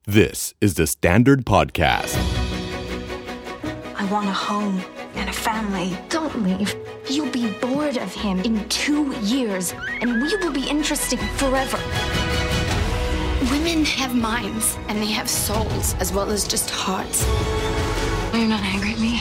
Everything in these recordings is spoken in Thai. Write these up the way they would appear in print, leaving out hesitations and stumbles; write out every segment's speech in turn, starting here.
This is the Standard Podcast. I want a home and a family. Don't leave. You'll be bored of him in 2 years, and we will be interested forever. Women have minds, and they have souls, as well as just hearts. You're not angry at me.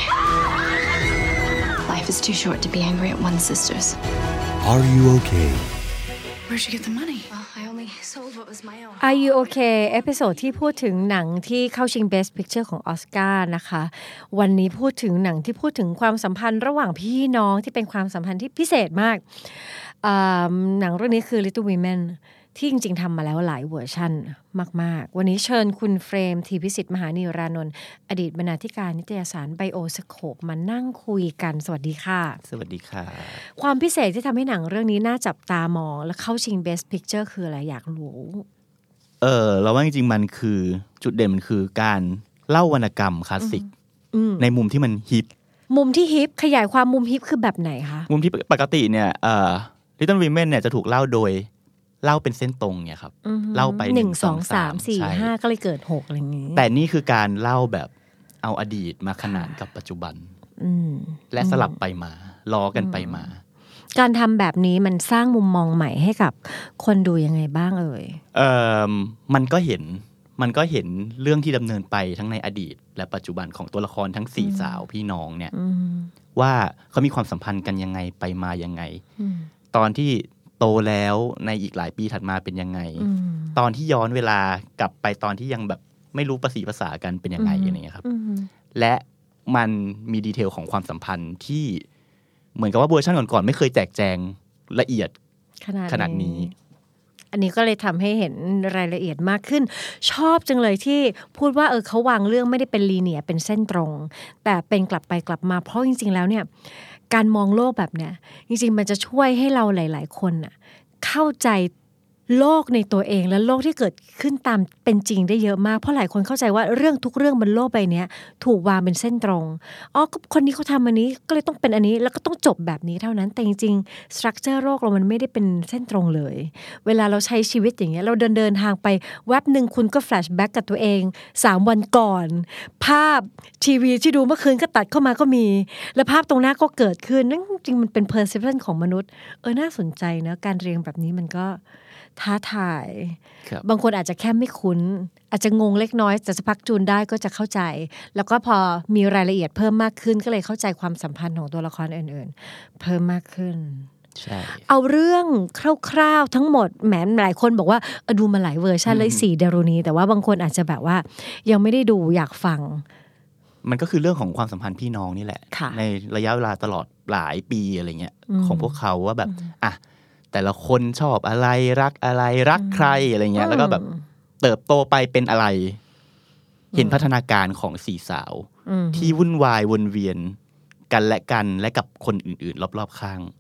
Life is too short to be angry at one's sisters. Are you okay? Where'd you get the money? I only sold what was my own. Are You Okay เอพิโซดที่พูดถึงหนังที่เข้าชิง Best Picture ของออสการ์นะคะวันนี้พูดถึงหนังที่พูดถึงความสัมพันธ์ระหว่างพี่น้องที่เป็นความสัมพันธ์ที่พิเศษมากหนังเรื่องนี้คือ Little Women ที่จริงๆทำมาแล้วหลายเวอร์ชันมากๆวันนี้เชิญคุณเฟรมทีพิสิทธิ์มหานิรานนท์อดีตบรรณาธิการนิตยสารไบโอสโคปมานั่งคุยกันสวัสดีค่ะสวัสดีค่ะความพิเศษที่ทำให้หนังเรื่องนี้น่าจับตามองและเข้าชิง Best Picture คืออะไรอยากรู้เราว่าจริงๆมันคือจุดเด่นมันคือการเล่าวรรณกรรมคลาสสิกในมุมที่มันฮิปมุมที่ฮิปขยายความมุมฮิปคือแบบไหนคะมุมที่ปกติเนี่ยLittle Women เนี่ยจะถูกเล่าโดยเล่าเป็นเส้นตรงเนี่ยครับเล่าไป 1 2 3 4 5ก็เลยเกิด6อะไรอย่างงี้แต่นี่คือการเล่าแบบเอาอดีตมาขนานกับปัจจุบันและสลับไปมาล้อกันไปมาการทำแบบนี้มันสร้างมุมมองใหม่ให้กับคนดูยังไงบ้างมันก็เห็นเรื่องที่ดำเนินไปทั้งในอดีตและปัจจุบันของตัวละครทั้ง4สาวพี่น้องเนี่ยว่าเขามีความสัมพันธ์กันยังไงไปมายังไงตอนที่โตแล้วในอีกหลายปีถัดมาเป็นยังไงตอนที่ย้อนเวลากลับไปตอนที่ยังแบบไม่รู้ประสีภาษากันเป็นยังไงอะไรเงี้ยครับและมันมีดีเทลของความสัมพันธ์ที่เหมือนกับว่าเวอร์ชันก่อนๆไม่เคยแจกแจงละเอียดขนาดนี้อันนี้ก็เลยทำให้เห็นรายละเอียดมากขึ้นชอบจังเลยที่พูดว่าเขาวางเรื่องไม่ได้เป็นลีเนียร์เป็นเส้นตรงแต่เป็นกลับไปกลับมาเพราะจริงๆแล้วเนี่ยการมองโลกแบบเนี้ยจริงๆมันจะช่วยให้เราหลายๆคนน่ะเข้าใจโลกในตัวเองและโลกที่เกิดขึ้นตามเป็นจริงได้เยอะมากเพราะหลายคนเข้าใจว่าเรื่องทุกเรื่องบนโลกใบนี้ถูกวางเป็นเส้นตรงก็คนนี้เขาทำอันนี้ก็เลยต้องเป็นอันนี้แล้วก็ต้องจบแบบนี้เท่านั้นแต่จริงๆสตรัคเจอร์โลกเรามันไม่ได้เป็นเส้นตรงเลยเวลาเราใช้ชีวิตอย่างเงี้ยเราเดินทางไปแวบนึงคุณก็แฟลชแบ็กกับตัวเอง3วันก่อนภาพทีวีที่ดูเมื่อคืนก็ตัดเข้ามาก็มีแล้วภาพตรงหน้าก็เกิดขึ้นนั่นจริงมันเป็น perception ของมนุษย์น่าสนใจนะการเรียงแบบนี้มันก็ท้าทายบางคนอาจจะแค่ไม่คุ้นอาจจะงงเล็กน้อยแต่สักพักจูนได้ก็จะเข้าใจแล้วก็พอมีรายละเอียดเพิ่มมากขึ้นก็เลยเข้าใจความสัมพันธ์ของตัวละครอื่นๆเพิ่มมากขึ้นใช่เอาเรื่องคร่าวๆทั้งหมดแหมหลายคนบอกว่าดูมาหลายเวอร์ชันเลย4ดารุณีแต่ว่าบางคนอาจจะแบบว่ายังไม่ได้ดูอยากฟังมันก็คือเรื่องของความสัมพันธ์พี่น้องนี่แหละในระยะเวลาตลอดหลายปีอะไรเงี้ยของพวกเขาว่าแบบแต่ละคนชอบอะไรรักอะไรรักใครอะไรเงี้ยแล้วก็แบบเติบโตไปเป็นอะไรเห็นพัฒนาการของ4สาวที่วุ่นวายวนเวียนกันและกับคนอื่นๆรอบๆข้าง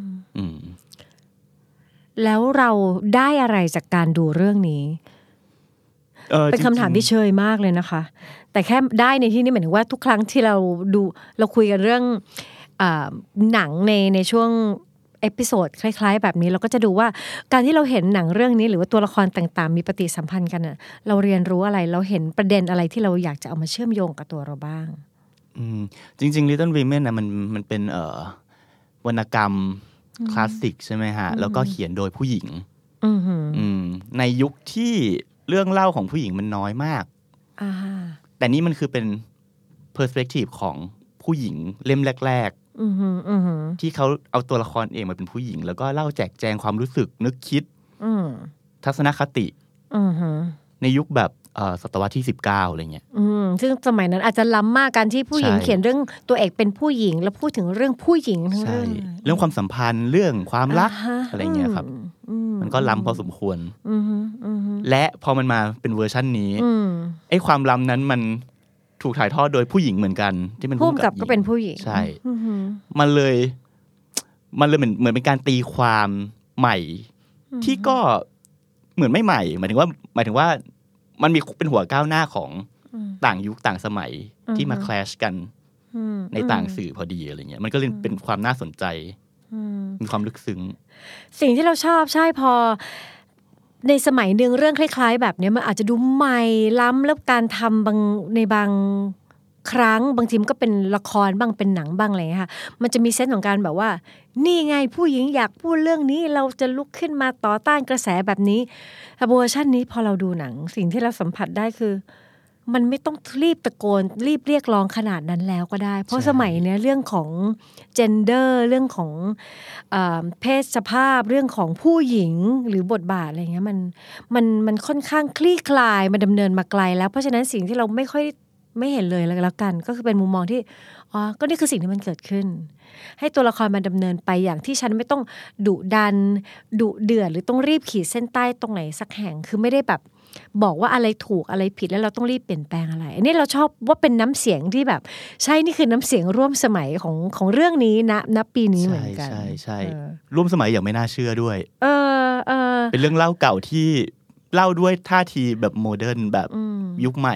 แล้วเราได้อะไรจากการดูเรื่องนี้เป็นคำถามที่เชยมากเลยนะคะแต่แค่ได้ในที่นี้หมายถึงว่าทุกครั้งที่เราดูเราคุยกันเรื่องหนังในช่วงเอพิโซดคล้ายๆแบบนี้เราก็จะดูว่าการที่เราเห็นหนังเรื่องนี้หรือว่าตัวละครต่างๆมีปฏิสัมพันธ์กันน่ะเราเรียนรู้อะไรเราเห็นประเด็นอะไรที่เราอยากจะเอามาเชื่อมโยงกับตัวเราบ้างจริงๆ Little Women นะมันเป็นวรรณกรรมคลาสสิกใช่ไหมฮะแล้วก็เขียนโดยผู้หญิงในยุคที่เรื่องเล่าของผู้หญิงมันน้อยมากแต่นี่มันคือเป็น perspective ของผู้หญิงเล่มแรกที่เขาเอาตัวละครเองมาเป็นผู้หญิงแล้วก็เล่าแจกแจงความรู้สึกนึกคิดทัศนคติในยุคแบบศตวรรษที่19อะไรเงี้ยซึ่งสมัยนั้นอาจจะล้ำมากการที่ผู้หญิงเขียนเรื่องตัวเอกเป็นผู้หญิงแล้วพูดถึงเรื่องผู้หญิงทั้งเรื่องความสัมพันธ์เรื่องความรักอะไรเงี้ยครับมันก็ล้ำพอสมควรและพอมันมาเป็นเวอร์ชั่นนี้ไอ้ความล้ำนั้นมันถูกถ่ายทอดโดยผู้หญิงเหมือนกันที่เป็นผู้กำกับก็เป็นผู้หญิงใช่มันเลยเหมือนเป็นการตีความใหม่ที่ก็เหมือนไม่ใหม่หมายถึงว่ามันมีเป็นหัวก้าวหน้าของต่างยุคต่างสมัยที่มาแคลชกันในต่างสื่อพอดีอะไรเงี้ยมันก็เลยเป็นความน่าสนใจมีความลึกซึ้งสิ่งที่เราชอบใช่พอในสมัยหนึ่งเรื่องคล้ายๆแบบนี้มันอาจจะดูใหม่ล้ำแล้วการทำบางครั้งบางทีมันก็เป็นละครบ้างเป็นหนังบ้างอะไรอย่างเงี้ยค่ะมันจะมีเซนส์ของการแบบว่านี่ไงผู้หญิงอยากพูดเรื่องนี้เราจะลุกขึ้นมาต่อต้านกระแสแบบนี้แต่เวอร์ชันนี้พอเราดูหนังสิ่งที่เราสัมผัสได้คือมันไม่ต้องรีบตะโกนรีบเรียกร้องขนาดนั้นแล้วก็ได้เพราะสมัยเนี้ยเรื่องของ gender เรื่องของเพศสภาพเรื่องของผู้หญิงหรือบทบาทอะไรเงี้ยมันค่อนข้างคลี่คลายมันดำเนินมาไกลแล้วเพราะฉะนั้นสิ่งที่เราไม่เห็นเลยแล้วกันก็คือเป็นมุมมองที่ก็นี่คือสิ่งที่มันเกิดขึ้นให้ตัวละครมันดำเนินไปอย่างที่ฉันไม่ต้องดุดันดุเดือดหรือต้องรีบขีดเส้นใต้ตรงไหนสักแห่งคือไม่ได้แบบบอกว่าอะไรถูกอะไรผิดแล้วเราต้องรีบเปลี่ยนแปลงอะไรอันนี้เราชอบว่าเป็นน้ำเสียงที่แบบใช่นี่คือน้ำเสียงร่วมสมัยของเรื่องนี้ณปีนี้เหมือนกันใช่ร่วมสมัยอย่างไม่น่าเชื่อด้วยเป็นเรื่องเล่าเก่าที่เล่าด้วยท่าทีแบบโมเดิร์นแบบยุคใหม่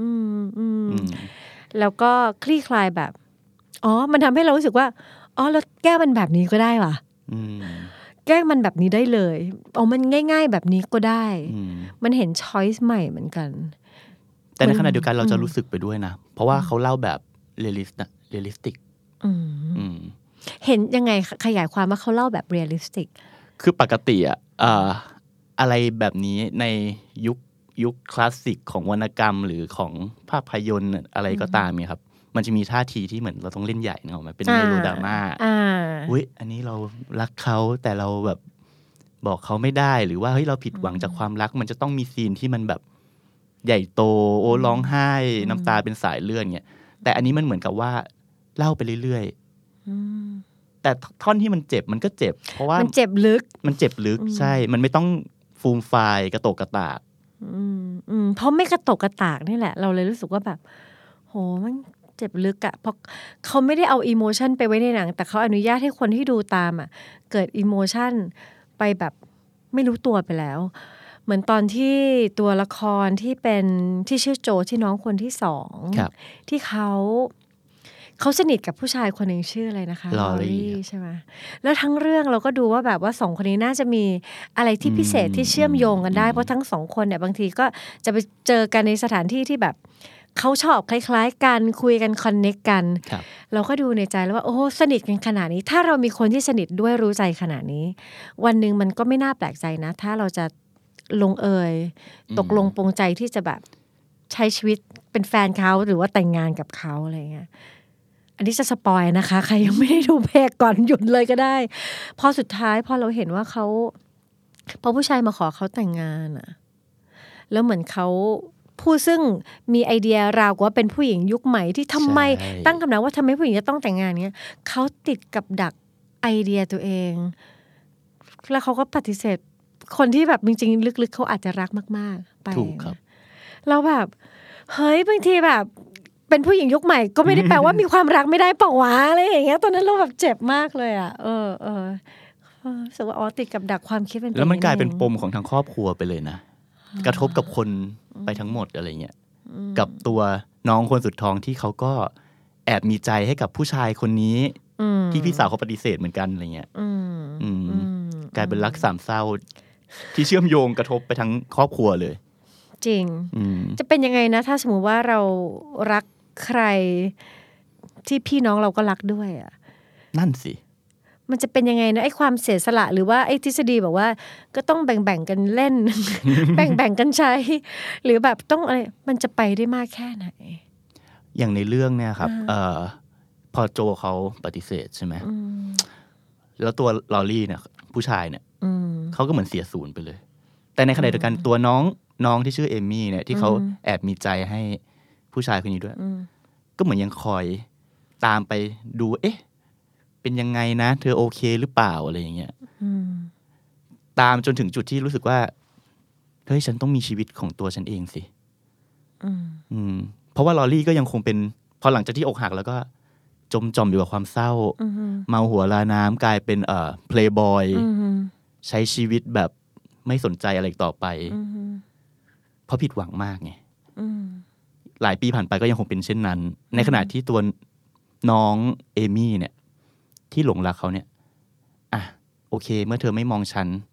แล้วก็คลี่คลายแบบมันทำให้เรารู้สึกว่าเราแก้มันแบบนี้ก็ได้ว่ะแก้มันแบบนี้ได้เลยมันง่ายๆแบบนี้ก็ได้มันเห็นช้อยส์ใหม่เหมือนกันแต่ในขณะเดียวกันเราจะรู้สึกไปด้วยนะเพราะว่าเขาเล่าแบบเรียลลิสติกเห็นยังไงขยายความว่าเขาเล่าแบบเรียลลิสติกคือปกติอะไรแบบนี้ในยุคคลาสสิกของวรรณกรรมหรือของภาพยนตร์อะไรก็ตามเนี่ยครับมันจะมีท่าทีที่เหมือนเราต้องเล่นใหญ่นะมันเป็นเมโลดราม่าอุ๊ยอันนี้เรารักเขาแต่เราแบบบอกเขาไม่ได้หรือว่าเฮ้ยเราผิดหวังจากความรักมันจะต้องมีซีนที่มันแบบใหญ่โตร้องไห้น้ำตาเป็นสายเลือดเนี่ยแต่อันนี้มันเหมือนกับว่าเล่าไปเรื่อยๆแต่ท่อนที่มันเจ็บมันก็เจ็บเพราะว่ามันเจ็บลึกใช่มันไม่ต้องฟูมฟายกระโตกกระตากเพราะไม่กระโตกกระตากนี่แหละเราเลยรู้สึกว่าแบบโหมันเจ็บลึกอะเพราะเขาไม่ได้เอาอิโมชันไปไว้ในหนังแต่เขาอนุญาตให้คนที่ดูตามอะเกิดอิโมชันไปแบบไม่รู้ตัวไปแล้วเหมือนตอนที่ตัวละครที่ชื่อโจที่น้องคนที่สองที่เขาสนิทกับผู้ชายคนหนึ่งชื่ออะไรนะคะลอรี่ใช่ไหมแล้วทั้งเรื่องเราก็ดูว่าแบบว่าสองคนนี้น่าจะมีอะไรที่พิเศษที่เชื่อมโยงกันได้เพราะทั้งสองคนเนี่ยบางทีก็จะไปเจอกันในสถานที่ที่แบบเขาชอบคล้ายๆกันคุยกันคอนเนคกันเราก็ดูในใจแล้วว่าโอ้สนิทกันขนาดนี้ถ้าเรามีคนที่สนิทด้วยรู้ใจขนาดนี้วันนึงมันก็ไม่น่าแปลกใจนะถ้าเราจะลงเอยตกลงปรงใจที่จะแบบใช้ชีวิตเป็นแฟนเขาหรือว่าแต่งงานกับเขาอะไรเงี้ยอันนี้จะสปอยนะคะใครยังไม่ได้ดูเพลงก่อนหยุดเลยก็ได้พอสุดท้ายพอเราเห็นว่าเขาพอผู้ชายมาขอเขาแต่งงานอะแล้วเหมือนเขาผู้ซึ่งมีไอเดียราวกับว่าเป็นผู้หญิงยุคใหม่ที่ทำไมตั้งคำถามว่าทำไมผู้หญิงจะต้องแต่งงานเนี้ยเขาติดกับดักไอเดียตัวเองแล้วเขาก็ปฏิเสธคนที่แบบจริงๆลึกๆเขาอาจจะรักมากๆไปถูกครับเราแบบเฮ้ยบางทีแบบเป็นผู้หญิงยุคใหม่ก็ไม่ได้แปลว่ามีความรักไม่ได้เปล่าวะอะไรอย่างเงี้ยตอนนั้นเราแบบเจ็บมากเลยอ่ะรู้สึกว่าติดกับดักความคิดเป็นแล้วมันกลายเป็นปมของทั้งครอบครัวไปเลยนะกระทบกับคนไปทั้งหมดอะไรเงี้ยกับตัวน้องคนสุดท้องที่เขาก็แอบมีใจให้กับผู้ชายคนนี้ที่พี่สาวเขาปฏิเสธเหมือนกันอะไรเงี้ยกลายเป็นรักสามเศร้าที่เชื่อมโยงกระทบไปทั้งครอบครัวเลยจริงจะเป็นยังไงนะถ้าสมมติว่าเรารักใครที่พี่น้องเราก็รักด้วยอ่ะนั่นสิมันจะเป็นยังไงนะไอ้ความเสียสละหรือว่าไอ้ทฤษฎีแบบว่าก็ต้องแบ่งๆกันเล่น แบ่งๆกันใช้หรือแบบต้องอะไรมันจะไปได้มากแค่ไหนอย่างในเรื่องเนี่ยครับพอโจเขาปฏิเสธใช่ไหมแล้วตัวลอรี่เนี่ยผู้ชายเนี่ยเขาก็เหมือนเสียศูนย์ไปเลยแต่ในขณะเดียวกันตัวน้องที่ชื่อเอมมี่เนี่ยที่เขาแอบมีใจให้ผู้ชายคนนี้ด้วยก็เหมือนยังคอยตามไปดูเป็นยังไงนะเธอโอเคหรือเปล่าอะไรอย่างเงี้ยตามจนถึงจุดที่รู้สึกว่าเฮ้ยฉันต้องมีชีวิตของตัวฉันเองสิเพราะว่าลอรี่ก็ยังคงเป็นพอหลังจากที่อกหักแล้วก็จมอยู่กับความเศร้าเมาหัวลาน้ำกลายเป็นเพลย์บอยใช้ชีวิตแบบไม่สนใจอะไรต่อไปเพราะผิดหวังมากไงหลายปีผ่านไปก็ยังคงเป็นเช่นนั้นในขณะที่ตัวน้องเอมี่เนี่ยที่หลงรักเขาเนี่ยโอเคเมื่อเธอไม่มองฉัน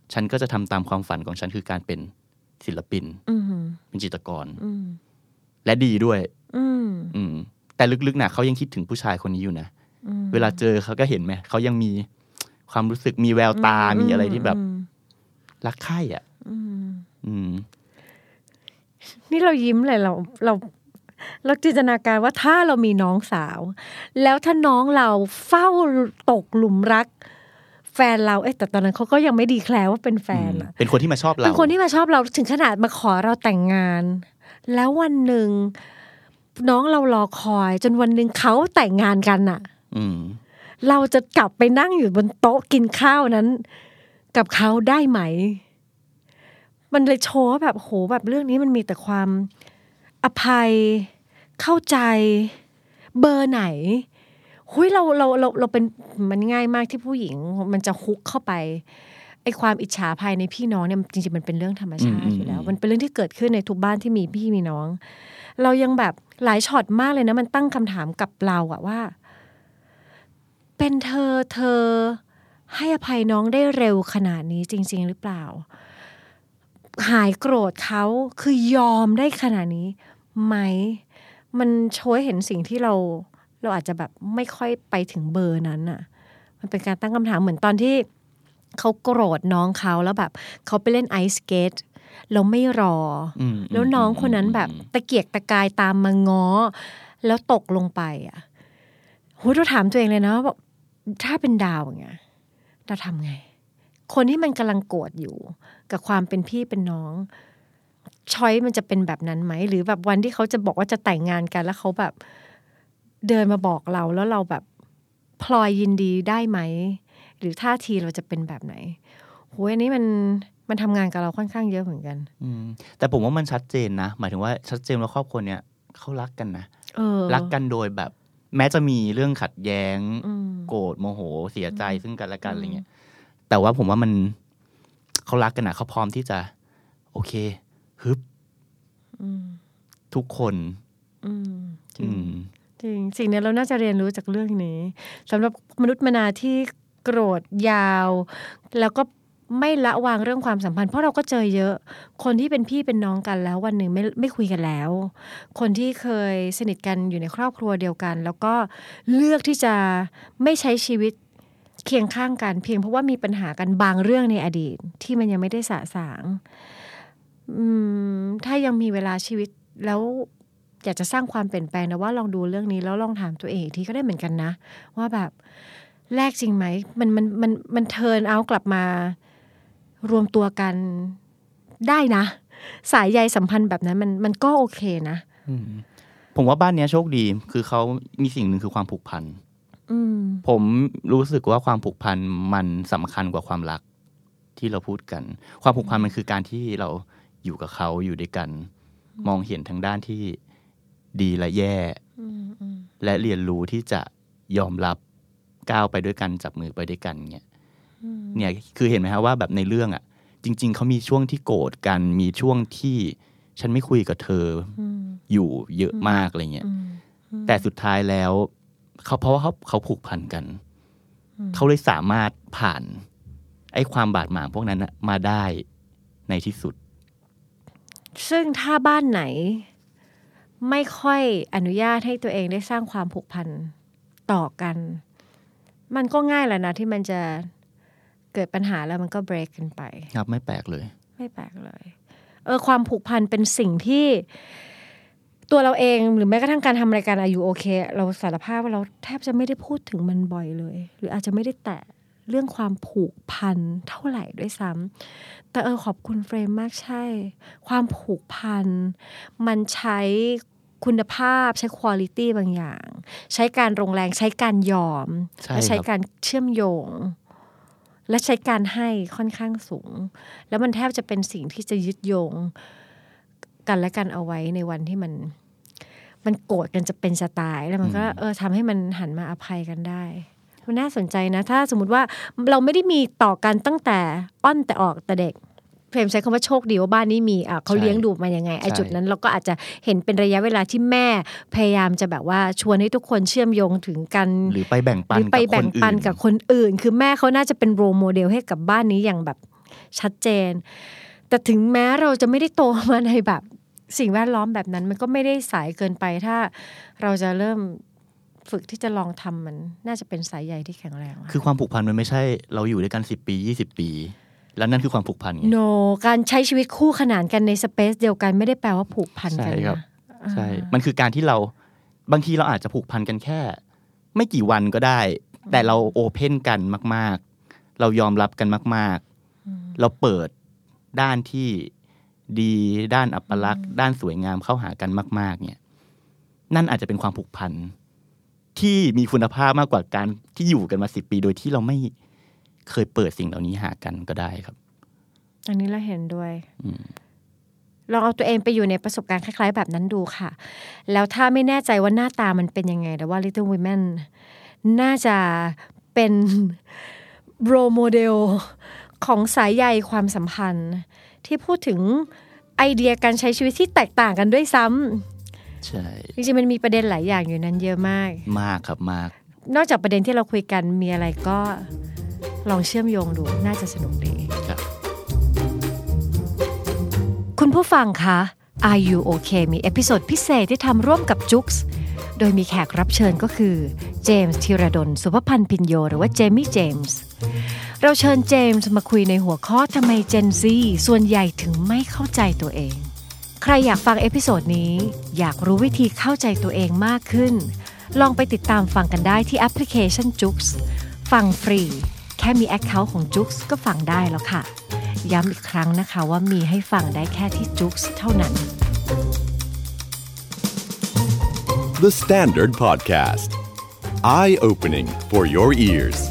ฉันก็จะทำตามความฝันของฉันคือการเป็นศิลปินเป็นจิตรกรและดีด้วยแต่ลึกๆน่ะเขายังคิดถึงผู้ชายคนนี้อยู่นะเวลาเจอเขาก็เห็นไหมเขายังมีความรู้สึกมีแววตามีอะไรที่แบบรักใคร่อ่ะนี่เรายิ้มเลยเราจินตนาการว่าถ้าเรามีน้องสาวแล้วถ้าน้องเราเฝ้าตกหลุมรักแฟนเราแต่ตอนนั้นเขาก็ยังไม่ดีแคลร์ว่าเป็นแฟนอ่ะเป็นคนที่มาชอบเราเป็นคนที่มาชอบเราถึงขนาดมาขอเราแต่งงานแล้ววันหนึ่งน้องเรารอคอยจนวันหนึ่งเขาแต่งงานกันอ่ะเราจะกลับไปนั่งอยู่บนโต๊ะกินข้าวนั้นกับเขาได้ไหมมันเลยโชว์แบบโหแบบเรื่องนี้มันมีแต่ความอภัยเข้าใจเบอร์ไหนหุ้ยเราเป็นมันง่ายมากที่ผู้หญิงมันจะฮุกเข้าไปไอ้ความอิจฉาภายในพี่น้องเนี่ยจริงๆมันเป็นเรื่องธรรมชาติอยู่แล้วมันเป็นเรื่องที่เกิดขึ้นในทุกบ้านที่มีพี่มีน้องเรายังแบบหลายช็อตมากเลยนะมันตั้งคำถามกับเราอะว่าเป็นเธอให้อภัยน้องได้เร็วขนาดนี้จริงๆหรือเปล่าหายโกรธเขาคือยอมได้ขนาดนี้ไหมมันโชว์ให้เห็นสิ่งที่เราอาจจะแบบไม่ค่อยไปถึงเบอร์นั้นน่ะมันเป็นการตั้งคำถามเหมือนตอนที่เขาโกรธน้องเขาแล้วแบบเขาไปเล่นไอซ์สเกตแล้วไม่รอแล้วน้องคนนั้นแบบตะเกียกตะกายตามมาง้อแล้วตกลงไปอ่ะโหเราถามตัวเองเลยนะว่าถ้าเป็นดาวอย่างเงี้ยเราทำไงคนที่มันกำลังโกรธอยู่กับความเป็นพี่เป็นน้องช้อยมันจะเป็นแบบนั้นไหมหรือแบบวันที่เขาจะบอกว่าจะแต่งงานกันแล้วเขาแบบเดินมาบอกเราแล้วเราแบบพลอยยินดีได้ไหมหรือท่าทีเราจะเป็นแบบไหนโหอันนี้มันทำงานกับเราค่อนข้างเยอะเหมือนกันแต่ผมว่ามันชัดเจนนะหมายถึงว่าชัดเจนว่าครอบครัวเนี้ยเขารักกันนะรักกันโดยแบบแม้จะมีเรื่องขัดแย้งโกรธโมโหเสียใจซึ่งกันและกันอะไรเงี้ยแต่ว่าผมว่ามันเขารักกันนะเขาพร้อมที่จะโอเคฮึบทุกคนจริงสิ่งนี้เราน่าจะเรียนรู้จากเรื่องนี้สำหรับมนุษย์มนาที่โกรธยาวแล้วก็ไม่ละวางเรื่องความสัมพันธ์เพราะเราก็เจอเยอะคนที่เป็นพี่เป็นน้องกันแล้ววันหนึ่งไม่คุยกันแล้วคนที่เคยสนิทกันอยู่ในครอบครัวเดียวกันแล้วก็เลือกที่จะไม่ใช้ชีวิตเคียงข้างกันเพียงเพราะว่ามีปัญหากันบางเรื่องในอดีตที่มันยังไม่ได้สะสางถ้ายังมีเวลาชีวิตแล้วอยากจะสร้างความเปลี่ยนแปลงนะว่าลองดูเรื่องนี้แล้วลองถามตัวเองอีกทีก็ได้เหมือนกันนะว่าแบบแลกจริงไหมมันเทิร์นเอากลับมารวมตัวกันได้นะสายใยสัมพันธ์แบบนั้นมันก็โอเคนะผมว่าบ้านนี้โชคดีคือเขามีสิ่งหนึ่งคือความผูกพันผมรู้สึกว่าความผูกพันมันสำคัญกว่าความรักที่เราพูดกันความผูกพันมันคือการที่เราอยู่กับเขาอยู่ด้วยกันมองเห็นทั้งด้านที่ดีและแย่และเรียนรู้ที่จะยอมรับก้าวไปด้วยกันจับมือไปด้วยกันเนี่ยคือเห็นไหมครับว่าแบบในเรื่องอ่ะจริงๆเขามีช่วงที่โกรธกันมีช่วงที่ฉันไม่คุยกับเธออยู่เยอะมากอะไรเงี้ยแต่สุดท้ายแล้วเพราะว่าเขาผูกพันกันเขาเลยสามารถผ่านไอ้ความบาดหมางพวกนั้นมาได้ในที่สุดซึ่งถ้าบ้านไหนไม่ค่อยอนุญาตให้ตัวเองได้สร้างความผูกพันต่อกันมันก็ง่ายแหละนะที่มันจะเกิดปัญหาแล้วมันก็เบรกกันไปครับไม่แปลกเลยความผูกพันเป็นสิ่งที่ตัวเราเองหรือแม้กระทั่งการทำรายการอายุโอเคเราสารภาพว่าเราแทบจะไม่ได้พูดถึงมันบ่อยเลยหรืออาจจะไม่ได้แตะเรื่องความผูกพันเท่าไหร่ด้วยซ้ำแต่ขอบคุณเฟรมมากใช่ความผูกพันมันใช้คุณภาพใช้ควอลิตี้บางอย่างใช้การลงแรงใช้การยอมและใช้การเชื่อมโยงและใช้การให้ค่อนข้างสูงแล้วมันแทบจะเป็นสิ่งที่จะยึดโยงกันและกันเอาไว้ในวันที่มันโกรธกันจะเป็นจะตายแล้วมันก็ทำให้มันหันมาอภัยกันได้มันน่าสนใจนะถ้าสมมติว่าเราไม่ได้มีต่อกันตั้งแต่อ้อนแต่ออกแต่เด็กเพลมใช้คำว่าโชคดีว่าบ้านนี้มีเขาเลี้ยงดูมายังไงไอ้จุดนั้นเราก็อาจจะเห็นเป็นระยะเวลาที่แม่พยายามจะแบบว่าชวนให้ทุกคนเชื่อมโยงถึงกันหรือไปแบ่งปันกับคนอื่นคือแม่เขาน่าจะเป็นโรลโมเดลให้กับบ้านนี้อย่างแบบชัดเจนแต่ถึงแม้เราจะไม่ได้โตมาในแบบสิ่งแวดล้อมแบบนั้นมันก็ไม่ได้สายเกินไปถ้าเราจะเริ่มฝึกที่จะลองทำมันน่าจะเป็นสายใยที่แข็งแรงคือความผูกพันมันไม่ใช่เราอยู่ด้วยกัน10 ปี20 ปีแล้วนั่นคือความผูกพันไง no การใช้ชีวิตคู่ขนานกันในสเปซเดียวกันไม่ได้แปลว่าผูกพันกันนะใช่มันคือการที่เราบางทีเราอาจจะผูกพันกันแค่ไม่กี่วันก็ได้แต่เราโอเพ่นกันมากๆเรายอมรับกันมากๆเราเปิดด้านที่ดีด้านอัปลักษณ์ด้านสวยงามเข้าหากันมากๆเนี่ยนั่นอาจจะเป็นความผูกพันที่มีคุณภาพมากกว่าการที่อยู่กันมา10 ปีโดยที่เราไม่เคยเปิดสิ่งเหล่านี้หากันก็ได้ครับอันนี้เราเห็นด้วยลองเอาตัวเองไปอยู่ในประสบการณ์คล้ายๆแบบนั้นดูค่ะแล้วถ้าไม่แน่ใจว่าหน้าตามันเป็นยังไงแต่ว่า Little Women น่าจะเป็นโรลโมเดลของสายใยความสัมพันธ์ที่พูดถึงไอเดียการใช้ชีวิตที่แตกต่างกันด้วยซ้ำใช่จริงๆมันมีประเด็นหลายอย่างอยู่นั้นเยอะมากครับมากนอกจากประเด็นที่เราคุยกันมีอะไรก็ลองเชื่อมโยงดูน่าจะสนุกดีครับคุณผู้ฟังคะ Are You Okay มีเอพิโซดพิเศษที่ทำร่วมกับจุ๊กส์โดยมีแขกรับเชิญก็คือเจมส์ธีรดลสุภพันธ์พิญโยหรือว่าเจมี่เจมส์เราเชิญเจมส์มาคุยในหัวข้อทำไม Gen Z ส่วนใหญ่ถึงไม่เข้าใจตัวเองใครอยากฟังเอพิโซดนี้อยากรู้วิธีเข้าใจตัวเองมากขึ้นลองไปติดตามฟังกันได้ที่แอปพลิเคชันจุ๊กส์ฟังฟรีแค่มี Account ของจุ๊กส์ก็ฟังได้แล้วค่ะย้ำอีกครั้งนะคะว่ามีให้ฟังได้แค่ที่จุ๊กส์เท่านั้น The Standard Podcast Eye-opening for your ears